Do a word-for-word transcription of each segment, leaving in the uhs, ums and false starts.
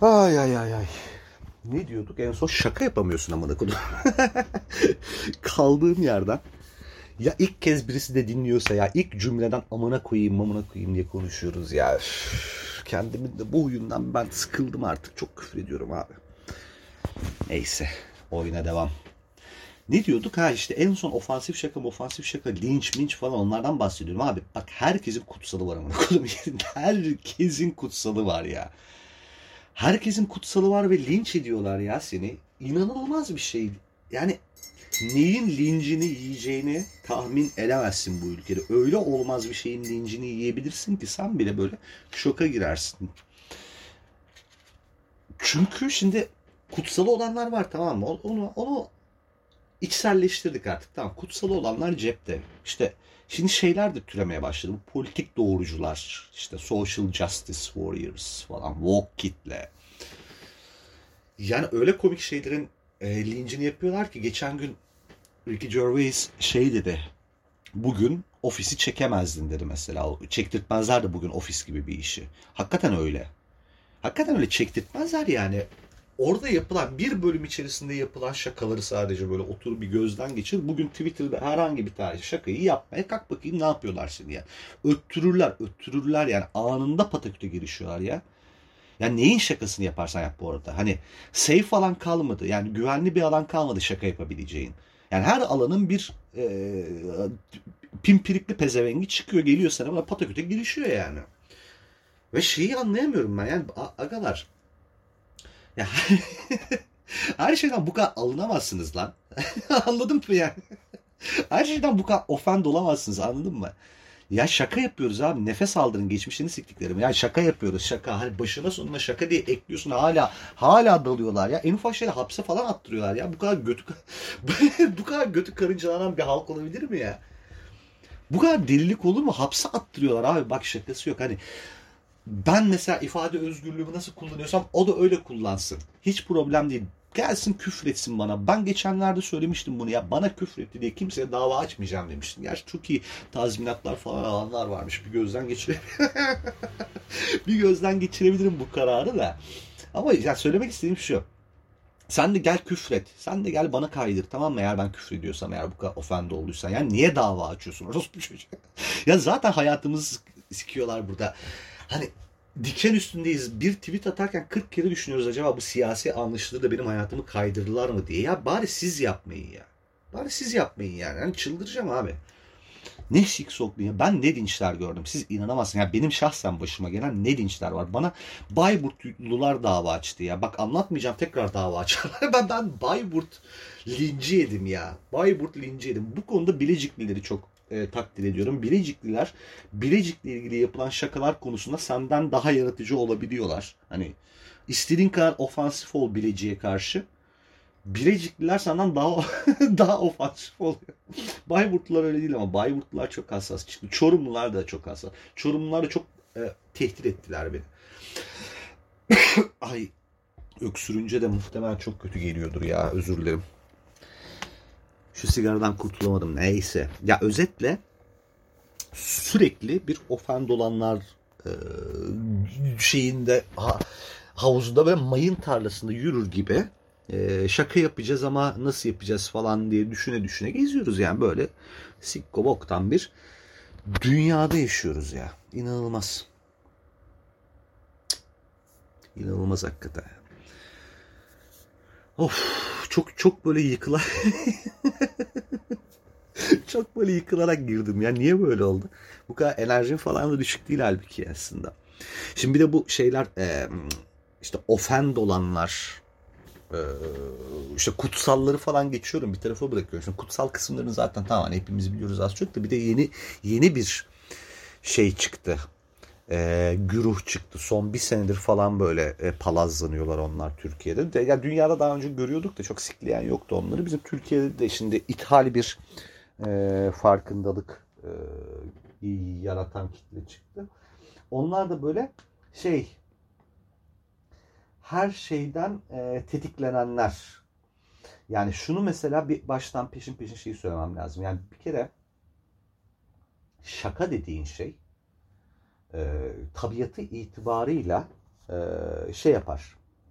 Ay ay ay ay. Ne diyorduk? En son şaka yapamıyorsun amına kodum. Kaldığım yerden. Ya ilk kez birisi de dinliyorsa ya ilk cümleden amına koyayım amına koyayım diye konuşuyoruz ya. Üf, kendimin de bu huyundan ben sıkıldım artık. Çok küfür ediyorum abi. Neyse. Oyuna devam. Ne diyorduk? Ha işte en son ofansif şaka, ofansif şaka, linç, minç falan onlardan bahsediyorum abi. Bak herkesin kutsalı var amına kodum. Herkesin kutsalı var ya. Herkesin kutsalı var ve linç ediyorlar ya seni. İnanılmaz bir şey. Yani neyin lincini yiyeceğini tahmin edemezsin bu ülkede. Öyle olmaz bir şeyin lincini yiyebilirsin ki sen bile böyle şoka girersin. Çünkü şimdi kutsalı olanlar var, tamam mı? Onu, onu içselleştirdik artık. Tamam, kutsalı olanlar cepte. İşte şimdi şeyler de türemeye başladı. Bu politik doğrucular, işte social justice warriors falan, woke kitle. Yani öyle komik şeylerin e, lincini yapıyorlar ki geçen gün Ricky Gervais şey dedi. Bugün ofisi çekemezdin dedi mesela. Çektirtmezler de bugün ofis gibi bir işi. Hakikaten öyle. Hakikaten öyle çektirtmezler yani. Orada yapılan bir bölüm içerisinde yapılan şakaları sadece böyle oturup bir gözden geçir. Bugün Twitter'da herhangi bir tane şakayı yapmaya kalk bakayım ne yapıyorlar seni ya. Öttürürler, öttürürler yani anında pataküte girişiyorlar ya. Yani neyin şakasını yaparsan yap bu arada. Hani safe alan kalmadı. Yani güvenli bir alan kalmadı şaka yapabileceğin. Yani her alanın bir e, pimpirikli pezevengi çıkıyor geliyor sana buna pataküte girişiyor yani. Ve şeyi anlayamıyorum ben yani agalar. Ya her şeyden bu kadar alınamazsınız lan. Anladın mı yani? Her şeyden bu kadar ofend olamazsınız, anladın mı? Ya şaka yapıyoruz abi. Nefes aldırın geçmişini siktiklerim. Ya şaka yapıyoruz şaka. Hani başına sonuna şaka diye ekliyorsun hala hala dalıyorlar ya. En ufak şeyle hapse falan attırıyorlar ya. Bu kadar götü bu kadar götü karıncalanan bir halk olabilir mi ya? Bu kadar delilik olur mu? Hapse attırıyorlar abi. Bak şakası yok. Hani ben mesela ifade özgürlüğümü nasıl kullanıyorsam o da öyle kullansın. Hiç problem değil. Gelsin küfretsin bana. Ben geçenlerde söylemiştim bunu ya. Bana küfretti diye kimseye dava açmayacağım demiştim. Gerçi çok iyi tazminatlar falan alanlar varmış. Bir gözden geçirebilirim. bir gözden geçirebilirim bu kararı da. Ama ya söylemek istediğim şu. Sen de gel küfret. Sen de gel bana kaydır, tamam mı? Eğer ben küfrediyorsam, eğer bu kadar ofende olduysan. Yani niye dava açıyorsun orospu çocuğu? ya zaten hayatımızı sikiyorlar burada. Hani diken üstündeyiz. Bir tweet atarken kırk kere düşünüyoruz acaba bu siyasi anlaşılır da benim hayatımı kaydırdılar mı diye. Ya bari siz yapmayın ya. Bari siz yapmayın yani. Hani çıldıracağım abi. Ne şik soktu ya. Ben ne dinçler gördüm. Siz inanamazsınız. Yani benim şahsen başıma gelen ne dinçler var. Bana Bayburtlular dava açtı ya. Bak anlatmayacağım, tekrar dava açarlar. ben, ben Bayburt linci yedim ya. Bayburt linci yedim. Bu konuda Bileciklileri çok e, takdir ediyorum. Bilecikliler Bilecik'le ilgili yapılan şakalar konusunda senden daha yaratıcı olabiliyorlar. Hani istediğin kadar ofansif ol Bilecik'e karşı. Bilecikliler senden daha daha ofansif oluyor. Bayburtlular öyle değil ama Bayburtlular çok hassas çıktı. Çorumlular da çok hassas. Çorumlular da çok e, tehdit ettiler beni. Ay, öksürünce de muhtemelen çok kötü geliyordur ya, özür dilerim. Şu sigaradan kurtulamadım, neyse. Ya özetle sürekli bir ofend olanlar e, şeyinde ha, havuzunda böyle mayın tarlasında yürür gibi e, şaka yapacağız ama nasıl yapacağız falan diye düşüne düşüne geziyoruz yani, böyle sikko boktan bir dünyada yaşıyoruz ya. İnanılmaz. İnanılmaz hakikaten. Of, çok çok böyle yıkıla çok böyle yıkılarak girdim ya. Niye böyle oldu? Bu kadar enerjim falan da düşük değil halbuki aslında. Şimdi bir de bu şeyler e, işte ofend olanlar, e, işte kutsalları falan geçiyorum, bir tarafa bırakıyorum. Şimdi kutsal kısımlarını zaten tamam hani hepimiz biliyoruz az çok da, bir de yeni yeni bir şey çıktı. E, güruh çıktı. Son bir senedir falan böyle e, palazlanıyorlar onlar Türkiye'de. De, ya dünyada daha önce görüyorduk da çok sikleyen yoktu onları. Bizim Türkiye'de de şimdi ithal bir e, farkındalık e, yaratan kitle çıktı. Onlar da böyle şey, her şeyden e, tetiklenenler. Yani şunu mesela bir baştan peşin peşin şeyi söylemem lazım. Yani bir kere şaka dediğin şey e, tabiatı itibarıyla e, şey yapar.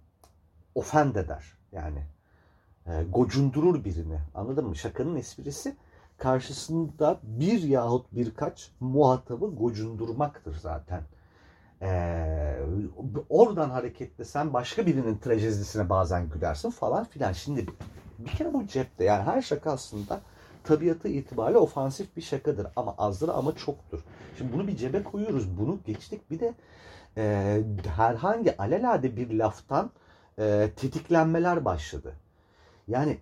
offend eder. Yani e, gocundurur birini. Anladın mı? Şakanın esprisi karşısında bir yahut birkaç muhatabı gocundurmaktır zaten. Ee, oradan hareketle sen başka birinin trajedisine bazen gülersin falan filan. Şimdi bir kere bu cepte, yani her şaka aslında tabiatı itibariyle ofansif bir şakadır ama azdır ama çoktur. Şimdi bunu bir cebe koyuyoruz, bunu geçtik, bir de e, herhangi alelade bir laftan e, tetiklenmeler başladı. Yani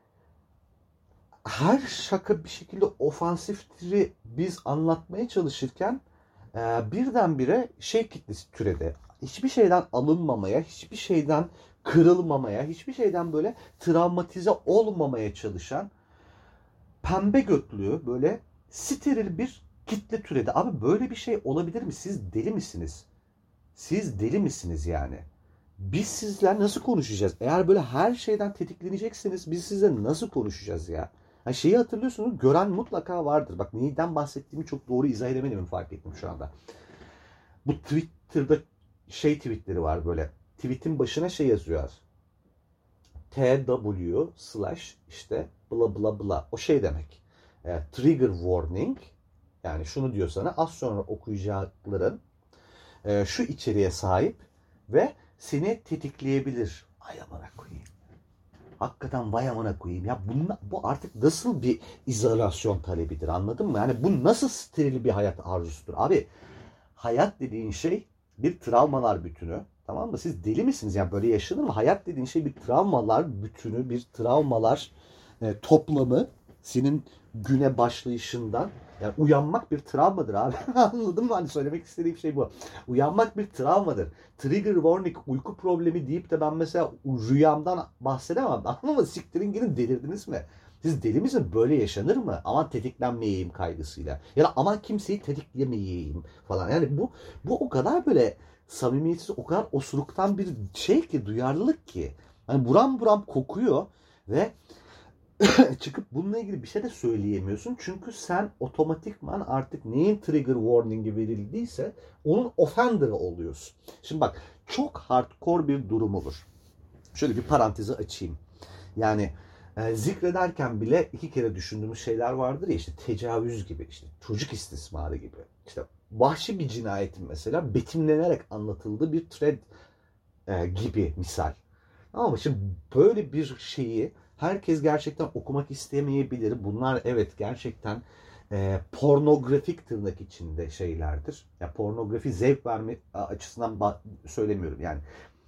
her şaka bir şekilde ofansiftir biz anlatmaya çalışırken e, birdenbire şey kitlesi türedi. Hiçbir şeyden alınmamaya, hiçbir şeyden kırılmamaya, hiçbir şeyden böyle travmatize olmamaya çalışan pembe götlü böyle steril bir kitle türedi. Abi böyle bir şey olabilir mi? Siz deli misiniz? Siz deli misiniz yani? Biz sizler nasıl konuşacağız? Eğer böyle her şeyden tetiklenecekseniz biz sizle nasıl konuşacağız ya? Ha şeyi hatırlıyorsunuz, gören mutlaka vardır. Bak neyden bahsettiğimi çok doğru izah edemedim, fark ettim şu anda. Bu Twitter'da şey tweetleri var böyle. Tweet'in başına şey yazıyor. T W slash işte bla bla bla. O şey demek. E, trigger warning. Yani şunu diyor sana, az sonra okuyacakların e, şu içeriğe sahip ve seni tetikleyebilir. Vay amına koyayım. Hakikaten vay amına koyayım. Ya bunla, bu artık nasıl bir izolasyon talebidir, anladın mı? Yani bu nasıl steril bir hayat arzusudur? Abi hayat dediğin şey bir travmalar bütünü. Tamam mı? Siz deli misiniz? Yani böyle yaşanır mı? Hayat dediğin şey bir travmalar bütünü, bir travmalar e, toplamı. Senin güne başlayışından. Yani uyanmak bir travmadır abi. Anladın mı? Hani söylemek istediğim şey bu. Uyanmak bir travmadır. Trigger warning, uyku problemi deyip de ben mesela rüyamdan bahsedemem. Anladın mı? Siktirin gidin, delirdiniz mi? Siz deli misiniz? Böyle yaşanır mı? Aman tetiklenmeyeyim kaygısıyla. Ya da aman kimseyi tetiklemeyeyim falan. Yani bu bu o kadar böyle samimiyetsiz, o kadar osuruktan bir şey ki, duyarlılık ki. Hani buram buram kokuyor ve çıkıp bununla ilgili bir şey de söyleyemiyorsun. Çünkü sen otomatikman artık neyin trigger warning'i verildiyse onun offender'ı oluyorsun. Şimdi bak, çok hardcore bir durum olur. Şöyle bir parantezi açayım. Yani e, zikrederken bile iki kere düşündüğümüz şeyler vardır ya, işte tecavüz gibi, işte çocuk istismarı gibi, işte vahşi bir cinayetin mesela betimlenerek anlatıldığı bir thread e, gibi misal. Ama şimdi böyle bir şeyi herkes gerçekten okumak istemeyebilir. Bunlar evet gerçekten e, pornografik tırnak içinde şeylerdir. Ya yani pornografi zevk verme açısından söylemiyorum yani.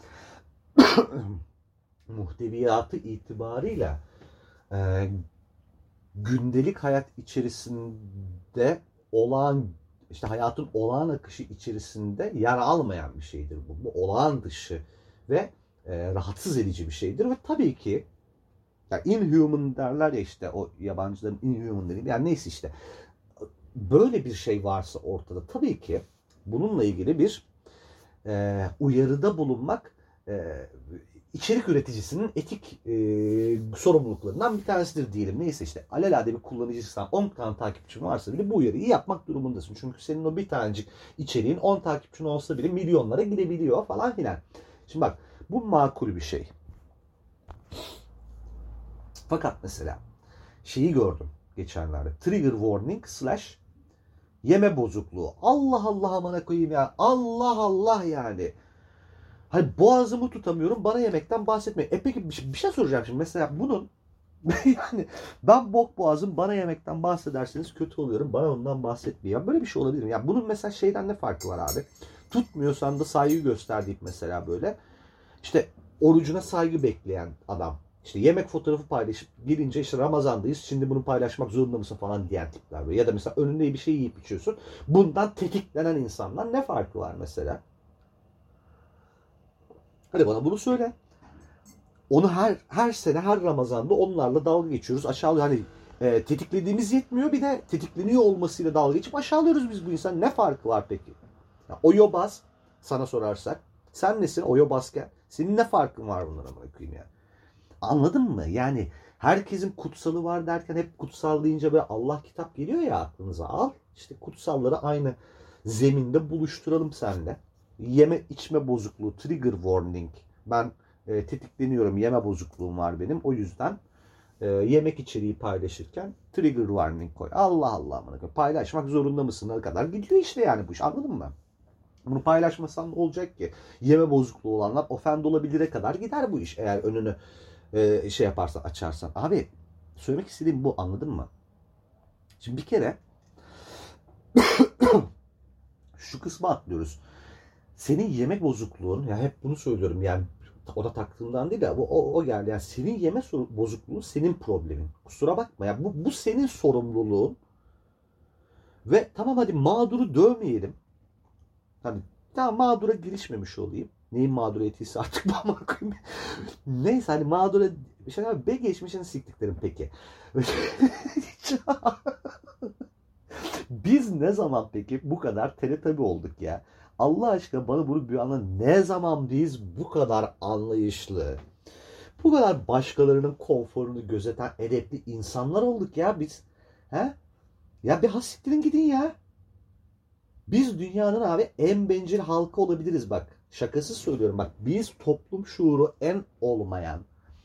Muhteviyatı itibarıyla e, gündelik hayat içerisinde olağan, işte hayatın olağan akışı içerisinde yer almayan bir şeydir bu. Bu olağan dışı ve e, rahatsız edici bir şeydir ve tabii ki yani inhuman derler ya, işte o yabancıların inhuman dediğim, yani neyse işte böyle bir şey varsa ortada, tabii ki bununla ilgili bir e, uyarıda bulunmak e, içerik üreticisinin etik e, sorumluluklarından bir tanesidir diyelim. Neyse işte alelade bir kullanıcıysan, on tane takipçin varsa bile bu uyarıyı yapmak durumundasın. Çünkü senin o bir tanecik içeriğin on takipçin olsa bile milyonlara gidebiliyor falan filan. Şimdi bak, bu makul bir şey. Fakat mesela şeyi gördüm geçenlerde. Trigger warning slash yeme bozukluğu. Allah Allah amına koyayım ya. Allah Allah yani. Hani boğazımı tutamıyorum, bana yemekten bahsetmeyin. E peki bir şey soracağım şimdi. Mesela bunun yani ben bok boğazım, bana yemekten bahsederseniz kötü oluyorum. Bana ondan bahsetmeyin. Böyle bir şey olabilir mi? Yani bunun mesela şeyden ne farkı var abi? Tutmuyorsan da saygı göster deyip mesela böyle işte orucuna saygı bekleyen adam. İşte yemek fotoğrafı paylaşıp gelince işte Ramazan'dayız, şimdi bunu paylaşmak zorunda mısın falan diyen tipler böyle. Ya da mesela önünde bir şey yiyip içiyorsun. Bundan tetiklenen insanlar, ne farkı var mesela? Hadi bana bunu söyle. Onu her her sene her Ramazan'da onlarla dalga geçiyoruz. Aşağılıyor, hani e, tetiklediğimiz yetmiyor, bir de tetikleniyor olmasıyla dalga geçip aşağılıyoruz biz bu insan. Ne farkı var peki? Ya, o yobaz sana sorarsak. Sen nesin o yobazken? Senin ne farkın var bunlara bakayım ya? Anladın mı? Yani herkesin kutsalı var derken hep kutsal deyince böyle Allah kitap geliyor ya aklınıza. Al işte kutsalları aynı zeminde buluşturalım seninle. Yeme içme bozukluğu, trigger warning. Ben e, tetikleniyorum. Yeme bozukluğum var benim. O yüzden e, yemek içeriği paylaşırken trigger warning koy. Allah Allah amına koyayım. Paylaşmak zorunda mısın? Ne kadar gidiyor işte yani bu iş. Anladın mı? Bunu paylaşmasan ne olacak ki? Yeme bozukluğu olanlar ofend olabilire kadar gider bu iş. Eğer önünü e, şey yaparsan, açarsan. Abi söylemek istediğim bu, anladın mı? Şimdi bir kere şu kısmı atlıyoruz. Senin yemek bozukluğun, ya hep bunu söylüyorum yani o da taktığından değil de o, o, o geldi. Yani senin yeme bozukluğun senin problemin. Kusura bakma ya bu, bu senin sorumluluğun. Ve tamam hadi mağduru dövmeyelim. Hani daha mağdura girişmemiş olayım. Neyin mağduriyetiyse artık bu ama koyayım. Neyse hani mağdura bir şey abi be geçmişini siktiklerim peki. Biz ne zaman peki bu kadar teletabi olduk ya? Allah aşkına bana bunu bir anla, ne zaman biz bu kadar anlayışlı, bu kadar başkalarının konforunu gözeten edepli insanlar olduk ya biz. He? Ya bir hassiktirin gidin ya. Biz dünyanın abi en bencil halkı olabiliriz bak. Şakasız söylüyorum bak. Biz toplum şuuru en olmayan,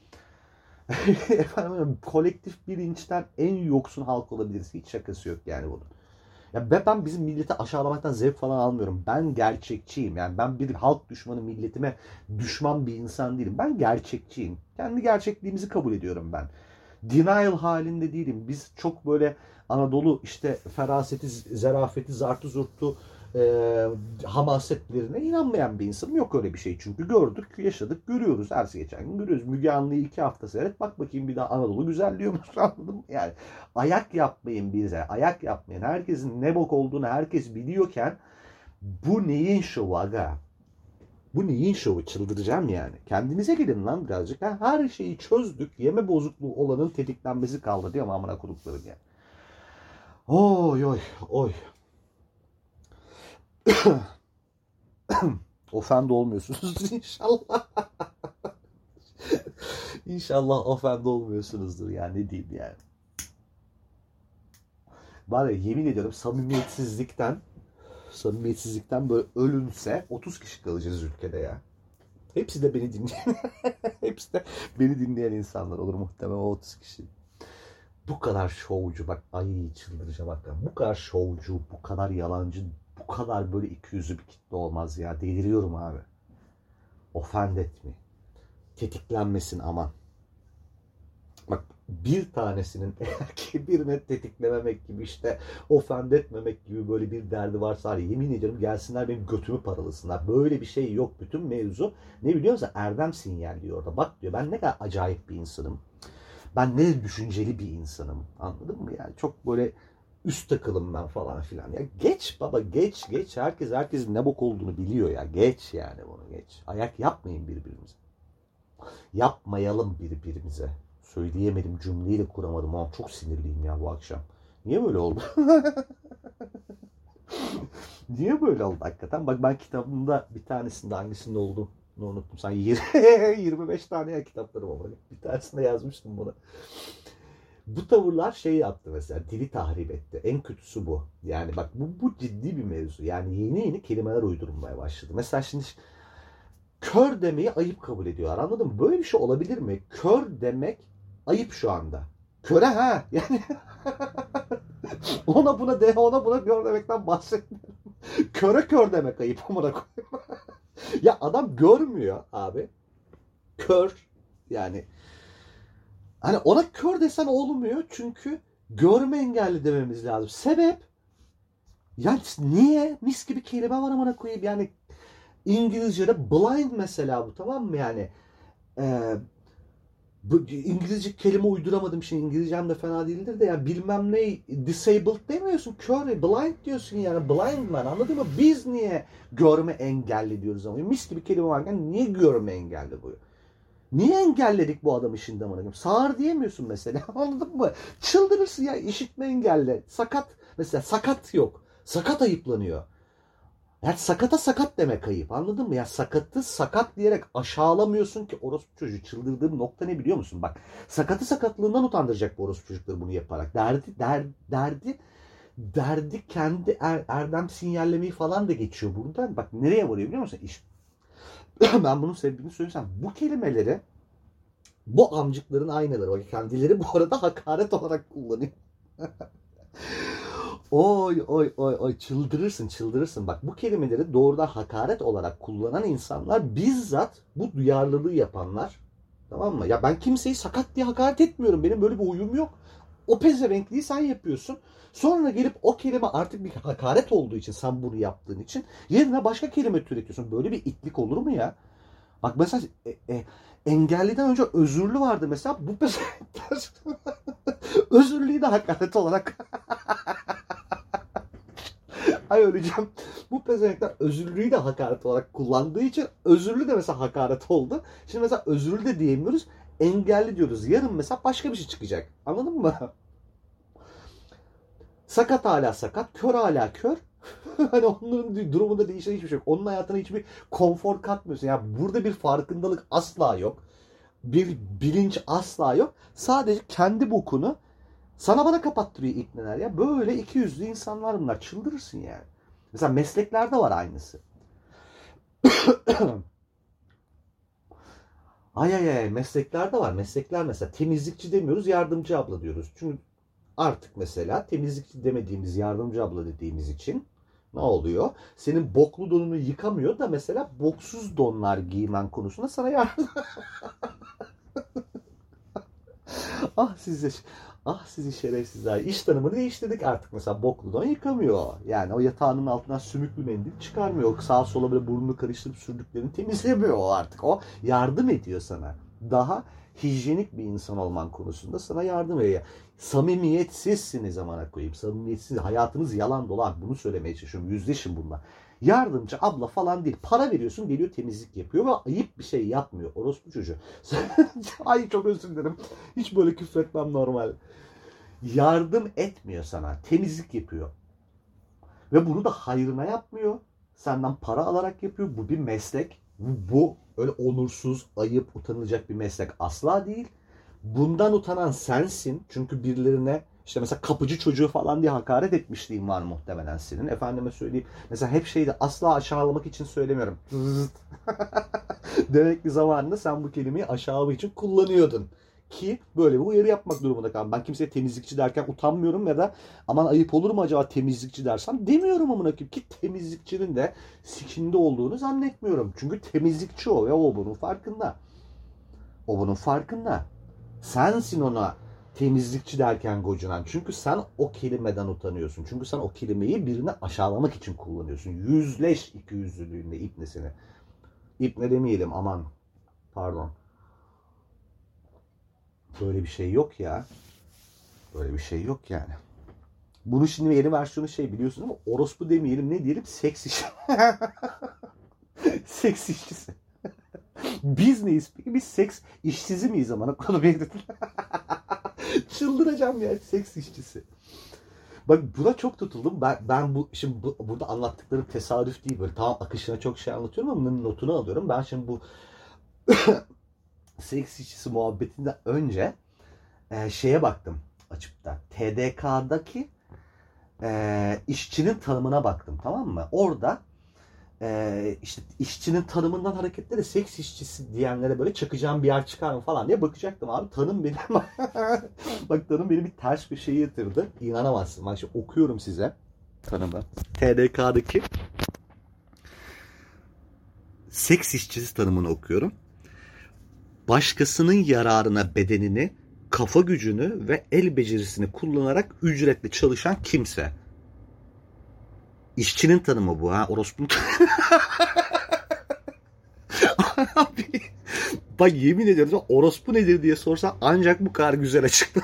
efendim, kolektif bilinçten en yoksun halk olabiliriz. Hiç şakası yok yani bunun. Ya ben bizim milleti aşağılamaktan zevk falan almıyorum. Ben gerçekçiyim. Yani ben bir halk düşmanı, milletime düşman bir insan değilim. Ben gerçekçiyim. Kendi gerçekliğimizi kabul ediyorum ben. Denial halinde değilim. Biz çok böyle Anadolu işte feraseti, zerafeti, zartı zurtu, e, hamasetlerine inanmayan bir insanım. Yok öyle bir şey çünkü. Gördük, yaşadık, görüyoruz. Her geçen gün görüyoruz. Müge Anlı'yı iki hafta seyret. Bak bakayım bir daha Anadolu güzelliyor mu? Anladın mı? Yani ayak yapmayın bize. Ayak yapmayın. Herkesin ne bok olduğunu herkes biliyorken bu neyin şovu aga? Bu neyin şovu? Çıldıracağım yani. Kendinize gelin lan birazcık. Ha, her şeyi çözdük. Yeme bozukluğu olanın tetiklenmesi kaldı diye ama amına koduklarım yani. Oy oy oy. Ofend olmuyorsunuz inşallah. İnşallah ofend olmuyorsunuzdur yani, ne diyeyim yani. Var ya yemin ediyorum samimiyetsizlikten samimiyetsizlikten böyle ölünse otuz kişi kalacağız ülkede ya. Hepsi de beni dinleyen hepsi de beni dinleyen insanlar olur muhtemelen o otuz kişi. Bu kadar şovcu bak, ay çıldıracağım bak. Bu kadar şovcu, bu kadar yalancı, bu kadar böyle ikiyüzlü bir kitle olmaz ya. Deliriyorum abi. Ofend etmeyin. Tetiklenmesin aman. Bak bir tanesinin eğer ki birine tetiklememek gibi, işte ofend etmemek gibi böyle bir derdi varsa yemin ediyorum gelsinler benim götümü paralasınlar. Böyle bir şey yok. Bütün mevzu ne biliyor musun? Erdem sinyalliyor orada. Bak diyor ben ne kadar acayip bir insanım. Ben ne düşünceli bir insanım. Anladın mı yani? Çok böyle üst takılım ben falan filan. Ya geç baba geç geç. Herkes herkesin ne bok olduğunu biliyor ya. Geç yani bunu geç. Ayak yapmayın birbirimize. Yapmayalım birbirimize. Söyleyemedim, cümleyi de kuramadım ama çok sinirliyim ya bu akşam. Niye böyle oldu? Niye böyle oldu hakikaten? Bak ben kitabımda bir tanesinde hangisinde olduğunu unuttum. Sen yirmi beş tane ya kitaplarım ama. Bir tanesinde yazmıştım bunu. Bu tavırlar şey yaptı mesela, dili tahrip etti. En kötüsü bu. Yani bak bu, bu ciddi bir mevzu. Yani yeni yeni kelimeler uydurulmaya başladı. Mesela şimdi kör demeyi ayıp kabul ediyorlar. Anladın mı? Böyle bir şey olabilir mi? Kör demek ayıp şu anda. Köre ha. Yani ona buna de ona buna kör demekten bahsetmiyorum. Köre kör demek ayıp amına koyayım. Ya adam görmüyor abi. Kör. Yani hani ona kör desen olmuyor çünkü görme engelli dememiz lazım. Sebep? Yani niye? Mis gibi kelime var amına koyayım. Yani İngilizce'de blind mesela bu, tamam mı yani? Ee, bu İngilizce kelime uyduramadım şimdi, İngilizcem de fena değildir de ya, bilmem ne disabled demiyorsun, kör, blind diyorsun yani, blind man, anladın mı? Biz niye görme engelli diyoruz ama mis gibi kelime varken niye görme engelli bu? Niye engelledik bu adamı şimdi amına? Sağır diyemiyorsun mesela, anladın mı? Çıldırırsın ya, işitme engelli, sakat mesela, sakat yok, sakat ayıplanıyor. Yani sakata sakat demek ayıp, anladın mı? Ya sakatı sakat diyerek aşağılamıyorsun ki. Orospu çocuğu, çıldırdığım nokta ne biliyor musun? Bak sakatı sakatlığından utandıracak bu orospu çocukları bunu yaparak. Derdi der, derdi derdi kendi er, erdem sinyallemeyi falan da geçiyor buradan. Bak nereye varıyor biliyor musun? İş, Ben bunun sebebini söylesem. Bu kelimeleri bu amcıkların aynaları. Bak kendileri bu arada hakaret olarak kullanıyor. Oy oy oy oy çıldırırsın çıldırırsın. Bak bu kelimeleri doğrudan hakaret olarak kullanan insanlar bizzat bu duyarlılığı yapanlar. Tamam mı? Ya ben kimseyi sakat diye hakaret etmiyorum. Benim böyle bir uyum yok. O pezevenkliği sen yapıyorsun. Sonra gelip o kelime artık bir hakaret olduğu için sen bunu yaptığın için yerine başka kelime türetiyorsun. Böyle bir itlik olur mu ya? Bak mesela e, e, engelliden önce özürlü vardı mesela. Bu pezevenkler özürlüyü de hakaret olarak ay öleceğim. Bu pezevenkler özürlüyü de hakaret olarak kullandığı için özürlü de mesela hakaret oldu. Şimdi mesela özürlü de diyemiyoruz. Engelli diyoruz. Yarın mesela başka bir şey çıkacak. Anladın mı? Sakat hala sakat. Kör hala kör. Hani onların durumunda değişen hiçbir şey yok. Onun hayatına hiçbir konfor katmıyorsun. Ya yani burada bir farkındalık asla yok. Bir bilinç asla yok. Sadece kendi bokunu sana bana kapattırıyor ikneler ya. Böyle iki yüzlü insanlar bunlar. Çıldırırsın yani. Mesela mesleklerde var aynısı. ay ay ay mesleklerde var. Meslekler mesela temizlikçi demiyoruz, yardımcı abla diyoruz. Çünkü artık mesela temizlikçi demediğimiz yardımcı abla dediğimiz için ne oluyor? Senin boklu donunu yıkamıyor da mesela boksuz donlar giymen konusunda sana yardım. ah size ah sizi şerefsizler. İş tanımını değiştirdik artık mesela boklu don yıkamıyor. Yani o yatağının altından sümüklü mendil çıkarmıyor. Sağa sola böyle burnunu karıştırıp sürdüklerini temizlemiyor artık. O yardım ediyor sana. Daha hijyenik bir insan olman konusunda sana yardım ediyor. Samimiyetsizsiniz amına koyayım. Samimiyetsiz. Hayatınız yalan dolan. Bunu söylemeye çalışıyorum. Yüzleşin bununla. Yardımcı abla falan değil. Para veriyorsun geliyor temizlik yapıyor ve ayıp bir şey yapmıyor. Orospu çocuğu. Ay çok özür dilerim. Hiç böyle küfretmem normal. Yardım etmiyor sana. Temizlik yapıyor. Ve bunu da hayrına yapmıyor. Senden para alarak yapıyor. Bu bir meslek. Bu öyle onursuz, ayıp, utanılacak bir meslek asla değil. Bundan utanan sensin. Çünkü birilerine işte mesela kapıcı çocuğu falan diye hakaret etmişliğin var muhtemelen senin. Efendime söyleyeyim. Mesela hep şeydi asla aşağılamak için söylemiyorum. Demek ki zamanında sen bu kelimeyi aşağılamak için kullanıyordun. Ki böyle bir uyarı yapmak durumunda kaldım. Ben kimseye temizlikçi derken utanmıyorum ya da aman ayıp olur mu acaba temizlikçi dersem demiyorum amına koyayım ki temizlikçinin de sikinde olduğunu zannetmiyorum. Çünkü temizlikçi o ve o bunun farkında. O bunun farkında. Sensin ona temizlikçi derken gocunan. Çünkü sen o kelimeden utanıyorsun. Çünkü sen o kelimeyi birine aşağılamak için kullanıyorsun. Yüzleş ikiyüzlülüğünde ipnesini. İpne demeyelim aman. Pardon. Böyle bir şey yok ya. Böyle bir şey yok yani. Bunun şimdi yeni versiyonu şey biliyorsun ama orospu demeyelim ne diyelim seks işi. Seks işçisi. Biz neyiz peki? Biz seks işsizi miyiz amına konu belirtin. Çıldıracağım ya seks işçisi. Bak buna çok tutuldum. Ben, ben bu şimdi bu, burada anlattıklarım tesadüf değil böyle. Tamam akışına çok şey anlatıyorum ama bunun notunu alıyorum. Ben şimdi bu seks işçisi muhabbetinden önce e, şeye baktım açıp da. T D K'daki e, işçinin tanımına baktım tamam mı? Orada e, işte işçinin tanımından hareketlere seks işçisi diyenlere böyle çakacağım bir yer çıkar mı falan diye bakacaktım abi. Tanım benim bak tanım beni bir ters bir şeye yatırdı. İnanamazsın. Ben şimdi okuyorum size tanımı. T D K'daki seks işçisi tanımını okuyorum. Başkasının yararına bedenini, kafa gücünü ve el becerisini kullanarak ücretli çalışan kimse. İşçinin tanımı bu ha. Orospunun Abi, bak yemin ediyorum orospu nedir diye sorsan ancak bu kadar güzel açıklar.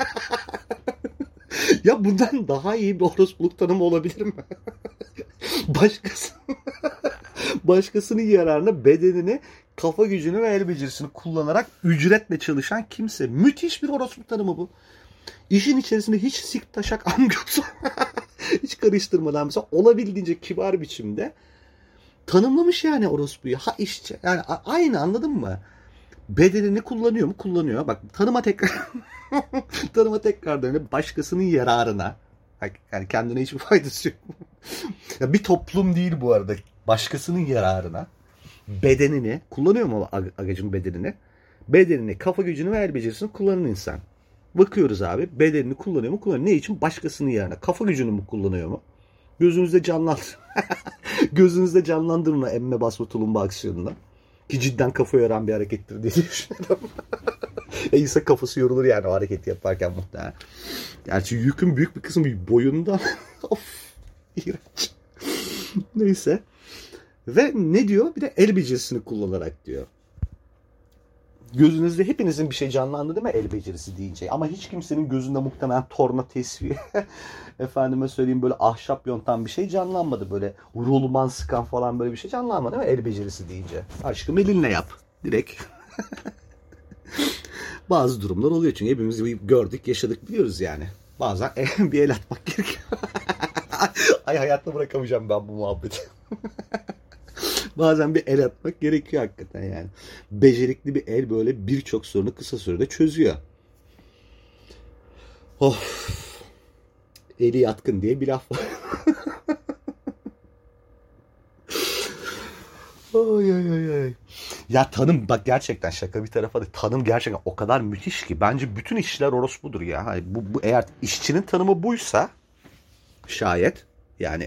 Ya bundan daha iyi bir orospuluk tanımı olabilir mi? Başkası başkasının yararına bedenini, kafa gücünü ve el becerisini kullanarak ücretle çalışan kimse. Müthiş bir orospu tanımı bu. İşin içerisinde hiç sik taşak amgötü hiç karıştırmadan mesela olabildiğince kibar biçimde tanımlamış yani orospuyu. Ha işçi. Yani aynı anladın mı? Bedenini kullanıyor mu? Kullanıyor. Bak tanıma tekrar tanıma tekrar dönüyor. Başkasının yararına. Yani kendine hiçbir faydası yok. Ya bir toplum değil bu arada. Başkasının yararına. bedenini kullanıyor mu ag- agacın bedenini? Bedenini, kafa gücünü ve el becerisini kullanan insan. Bakıyoruz abi, bedenini kullanıyor mu? Kullanıyor. Ne için? Başkasının yerine. Kafa gücünü mü kullanıyor mu? Gözünüzde canlandır. Gözünüzde canlandırın emme basma tulumba aksiyonunu. Ki cidden kafa yoran bir harekettir diye düşünüyorum. e insan kafası yorulur yani o hareketi yaparken muhtemelen. Gerçi yükün büyük bir kısmı boyunda. Of, iğrenç. Neyse. Ve ne diyor? Bir de el becerisini kullanarak diyor. Gözünüzde hepinizin bir şey canlandı değil mi el becerisi deyince? Ama hiç kimsenin gözünde muhtemelen torna tesviye, efendime söyleyeyim böyle ahşap yontan bir şey canlanmadı. Böyle rulman sıkan falan böyle bir şey canlanmadı değil mi el becerisi deyince? Aşkım elinle yap. Direkt. Bazı durumlar oluyor çünkü hepimiz gördük, yaşadık, biliyoruz yani. Bazen bir el atmak gerekiyor. Ay hayatta bırakamayacağım ben bu muhabbeti. Bazen bir el atmak gerekiyor hakikaten yani. Becerikli bir el böyle birçok sorunu kısa sürede çözüyor. Of. Eli yatkın diye bir laf var. Ay ay ay ay. Ya tanım bak gerçekten şaka bir tarafa da tanım gerçekten o kadar müthiş ki. Bence bütün işçiler orospudur ya. Hani bu, bu eğer işçinin tanımı buysa şayet yani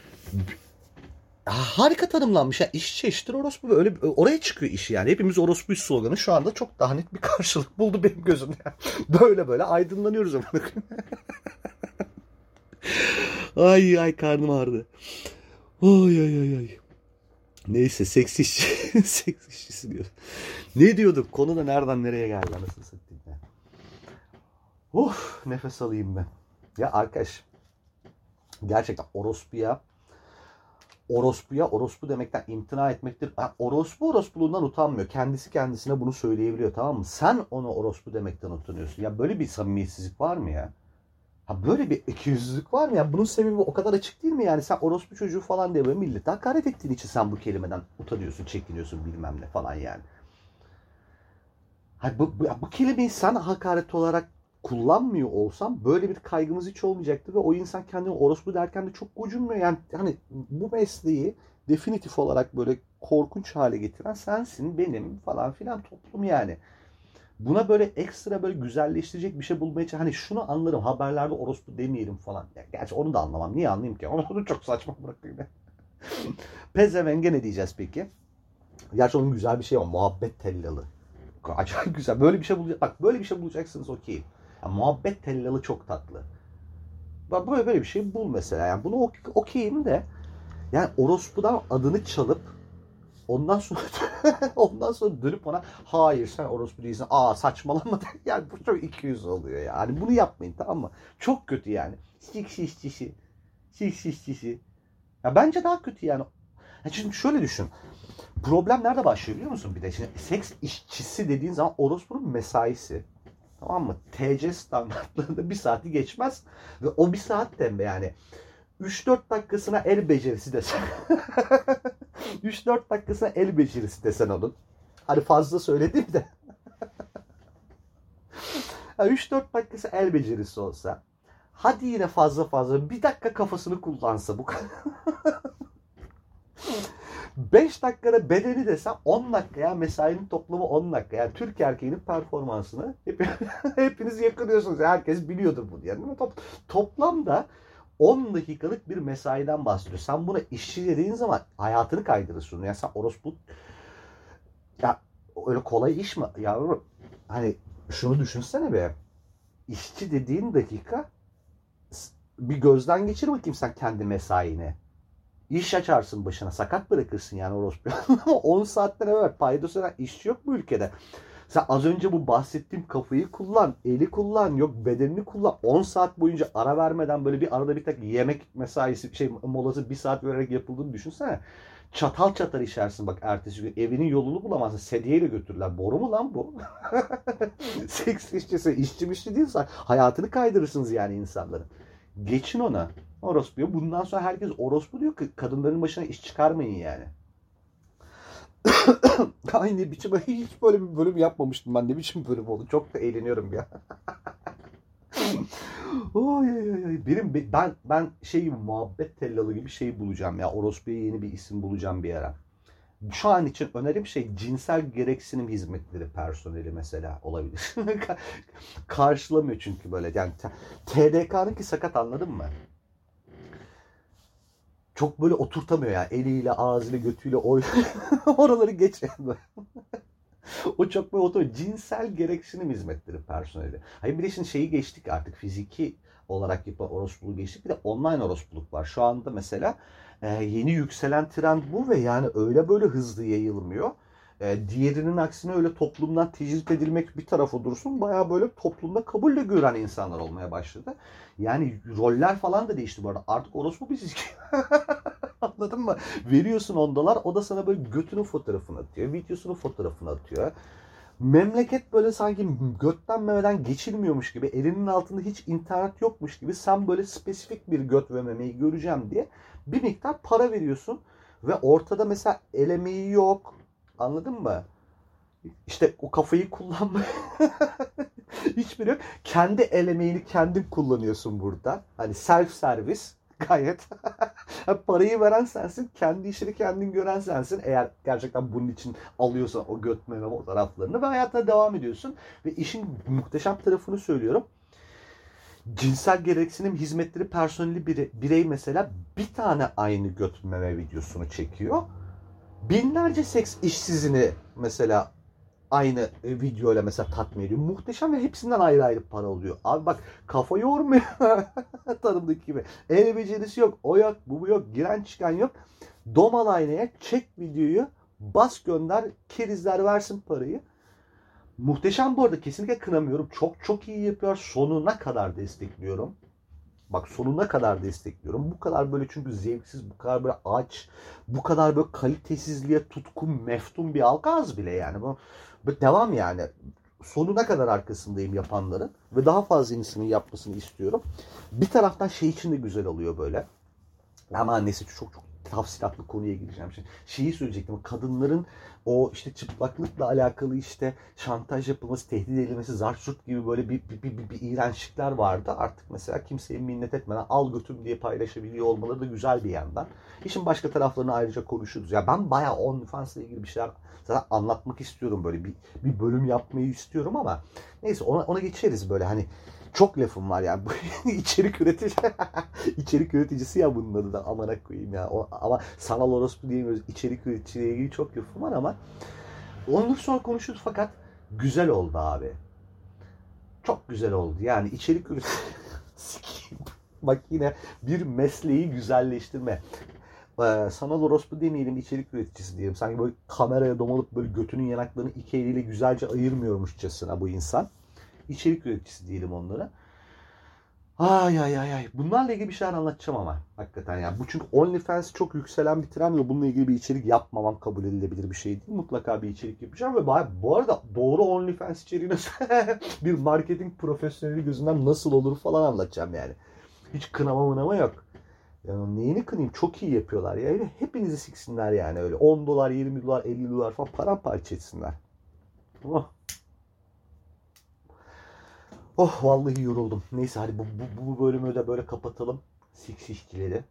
harika tanımlanmış. Yani işçi eşittir orospu. Öyle oraya çıkıyor iş yani. Hepimiz orospuyuz sloganı şu anda çok daha net bir karşılık buldu benim gözümde. Böyle böyle aydınlanıyoruz ama. Ay ay karnım ağrıdı. Ay ay ay ay. Neyse seks işçi. Seks işçisi diyor. Ne diyorduk? Konu da nereden nereye geldi anasını satayım ya. Of nefes alayım ben. Ya arkadaş gerçekten orospuya orospuya orospu demekten imtina etmektir. Ha, orospu orospuluğundan utanmıyor. Kendisi kendisine bunu söyleyebiliyor tamam mı? Sen ona orospu demekten utanıyorsun. Ya böyle bir samimiyetsizlik var mı ya? Ha böyle bir ikiyüzlülük var mı ya? Bunun sebebi o kadar açık değil mi yani? Sen orospu çocuğu falan diye böyle millete hakaret ettiğin için sen bu kelimeden utanıyorsun, çekiniyorsun bilmem ne falan yani. Ha, bu, bu, bu kelimeyi sen hakaret olarak kullanmıyor olsam böyle bir kaygımız hiç olmayacaktı ve o insan kendini orospu derken de çok gocunmuyor. Yani hani bu mesleği definitif olarak böyle korkunç hale getiren sensin, benim falan filan toplum yani. Buna böyle ekstra böyle güzelleştirecek bir şey bulmaya çalışıyorum. Hani şunu anlarım haberlerde orospu demeyelim falan. Ya, gerçi onu da anlamam. Niye anlayayım ki? Onu çok saçma bırakayım. Pezevenge ne diyeceğiz peki? Gerçi onun güzel bir şey var. Muhabbet tellalı. Acayip güzel. Böyle bir şey bulacak. Bak böyle bir şey bulacaksınız okey. Yani muhabbet tellalı çok tatlı. Bak böyle böyle bir şey bul mesela. Yani bunu okeyim de yani orospudan adını çalıp ondan sonra ondan sonra dönüp ona hayır sen orospu değilsin. Aa saçmalama. Yani bu çok ikiyüzlü oluyor yani. Bunu yapmayın tamam mı? Çok kötü yani. Şik şiş şişi. Şik şiş şişi. Ya bence daha kötü yani. Ya şimdi şöyle düşün. Problem nerede başlıyor biliyor musun bir de? Şimdi seks işçisi dediğin zaman orospunun mesaisi. Tamam mı? T C standartlarında bir saati geçmez. Ve o bir saat de yani üç dört dakikasına el becerisi desen. üç dört dakikasına el becerisi desen onun. Hani fazla söyledim de. üç dört dakikası el becerisi olsa. Hadi yine fazla fazla bir dakika kafasını kullansa bu kadar. beş dakikada bedeni desem on dakika ya mesainin toplamı on dakika. Yani Türk erkeğinin performansını hep, hepiniz yakınıyorsunuz. Herkes biliyordur bunu. Yani Top, toplamda on dakikalık bir mesaiden bahsediyor. Sen buna işçi dediğin zaman hayatını kaydırırsın. Yani sen orospu ya öyle kolay iş mi yavrum? Hani şunu düşünsene be. İşçi dediğin dakika bir gözden geçir bakayım sen kendi mesaine. İş açarsın başına. Sakat bırakırsın yani orospu. on saatten evvel paydos eden işçi yok bu ülkede. Sen az önce bu bahsettiğim kafayı kullan, eli kullan, yok bedenini kullan. on saat boyunca ara vermeden böyle bir arada bir tek yemek mesaisi, şey molası bir saat vererek yapıldığını düşünsene. Çatal çatal işersin bak ertesi gün. Evinin yolunu bulamazsın. Sedyeyle götürürler. Boru mu lan bu? Seks işçisi, işçi mişçi değilse hayatını kaydırırsınız yani insanların. Geçin ona. Orospu diyor. Bundan sonra herkes orospu diyor ki kadınların başına iş çıkarmayın yani. Aynı biçim hiç böyle bir bölüm yapmamıştım ben. Ne biçim bölüm oldu? Çok da eğleniyorum ya. Oy, oy, oy. Benim ben ben şey gibi muhabbet tellalı gibi şey bulacağım ya. Orospu'ya yeni bir isim bulacağım bir ara. Şu an için önerim şey cinsel gereksinim hizmetleri personeli mesela olabilir. Karşılamıyor çünkü böyle. Yani T D K'nınki sakat, anladın mı? Çok böyle oturtamıyor yani. Eliyle, ağzıyla, götüyle oy oraları geç. O çok böyle oturuyor. Cinsel gereksinim hizmetleri personeli. Hayır, bir de şimdi şeyi geçtik artık, fiziki olarak yapılan orospuluğu geçtik. Bir de online orospuluk var. Şu anda mesela e, yeni yükselen trend bu ve yani öyle böyle hızlı yayılmıyor. E, diğerinin aksine öyle toplumdan tecrit edilmek bir tarafa dursun. Bayağı böyle toplumda kabulle gören insanlar olmaya başladı. Yani roller falan da değişti bu arada. Artık orospu biziz. Anladın mı? Veriyorsun on dolar, o da sana böyle götünün fotoğrafını atıyor. Videosunun fotoğrafını atıyor. Memleket böyle sanki götten memeden geçilmiyormuş gibi, elinin altında hiç internet yokmuş gibi, sen böyle spesifik bir göt ve memeyi göreceğim diye bir miktar para veriyorsun ve ortada mesela el emeği yok. Anladın mı? İşte o kafayı kullanma. Hiçbiri yok. Kendi el emeğini kendin kullanıyorsun burada. Hani self servis gayet. Parayı veren sensin. Kendi işini kendin gören sensin. Eğer gerçekten bunun için alıyorsan o götmeme fotoğraflarını ve hayatına devam ediyorsun. Ve işin muhteşem tarafını söylüyorum. Cinsel gereksinim hizmetleri personeli bire, birey mesela bir tane aynı götmeme videosunu çekiyor. Binlerce seks işsizini mesela aynı videoyla mesela tatmin ediyor. Muhteşem ve hepsinden ayrı ayrı para alıyor. Abi bak, kafa yormuyor. Tanımdaki gibi. El becerisi yok. O yok, bu yok. Giren çıkan yok. Domal aynaya çek videoyu. Bas gönder. Kerizler versin parayı. Muhteşem bu arada. Kesinlikle kınamıyorum. Çok çok iyi yapıyor. Sonuna kadar destekliyorum. Bak, sonuna kadar destekliyorum. Bu kadar böyle çünkü zevksiz, bu kadar böyle aç, bu kadar böyle kalitesizliğe tutkun, meftun bir halka az bile yani. Bu, bu devam yani. Sonuna kadar arkasındayım yapanların ve daha fazla insanın yapmasını istiyorum. Bir taraftan şey için de güzel oluyor böyle. Ama annesi çok çok tafsilatlı konuya gireceğim şimdi. Şeyi söyleyecektim. Kadınların o işte çıplaklıkla alakalı işte şantaj yapılması, tehdit edilmesi, zart zurt gibi böyle bir, bir, bir, bir, bir iğrençlikler vardı. Artık mesela kimseye minnet etmeden al götüm diye paylaşabiliyor olmaları da güzel bir yandan. İşin başka taraflarını ayrıca konuşuruz. Ya ben bayağı OnlyFans'la ilgili bir şeyler zaten anlatmak istiyorum, böyle bir, bir bölüm yapmayı istiyorum ama neyse ona, ona geçeriz böyle hani. Çok lafım var yani. içerik üretici içerik üreticisi ya bunun adı da, amına koyayım ya. O, ama sanal orospu diyemiyoruz. İçerik üreticiliğe ilgili çok lafım var ama onu sonra konuşuruz, fakat güzel oldu abi. Çok güzel oldu. Yani içerik üretici bak yine bir mesleği güzelleştirme. Ee, sanal orospu demeyelim, içerik üreticisi diyelim. Sanki böyle kameraya domalıp böyle götünün yanaklarını iki eliyle güzelce ayırmıyormuşçasına bu insan. İçerik üreticisi diyelim onlara. Ay ay ay ay. Bunlarla ilgili bir şeyler anlatacağım ama. Hakikaten yani. Bu çünkü OnlyFans çok yükselen bir trend ve bununla ilgili bir içerik yapmamam kabul edilebilir bir şey değil. Mutlaka bir içerik yapacağım ve bu arada doğru OnlyFans içeriği nasıl bir marketing profesyoneli gözünden nasıl olur falan anlatacağım yani. Hiç kınama mınama yok. Yani neyini kınayım? Çok iyi yapıyorlar ya. Yani hepinizi siksinler yani öyle. on dolar, yirmi dolar, elli dolar falan paramparça etsinler. Oh. Oh vallahi yoruldum. Neyse hadi bu, bu, bu bölümü de böyle kapatalım. Seks işçileri.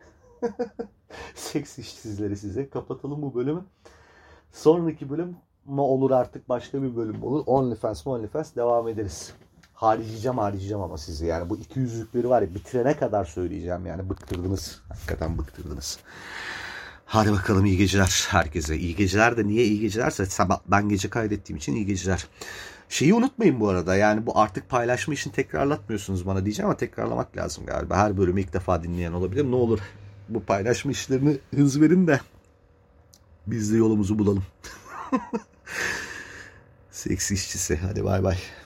Seks işsizleri size. Kapatalım bu bölümü. Sonraki bölüm mı olur artık, başka bir bölüm olur. OnlyFans OnlyFans devam ederiz. Haricayacağım haricayacağım ama sizi yani. Bu iki yüzlükleri var ya, bitirene kadar söyleyeceğim yani. Bıktırdınız. Hakikaten bıktırdınız. Hadi bakalım, iyi geceler herkese. İyi geceler de niye iyi gecelerse ben gece kaydettiğim için iyi geceler. Şeyi unutmayın bu arada, yani bu artık paylaşma işini tekrarlatmıyorsunuz bana diyeceğim ama tekrarlamak lazım galiba. Her bölümü ilk defa dinleyen olabilir. Ne olur bu paylaşma işlerini hız verin de biz de yolumuzu bulalım. Seks işçisi. Hadi bay bay.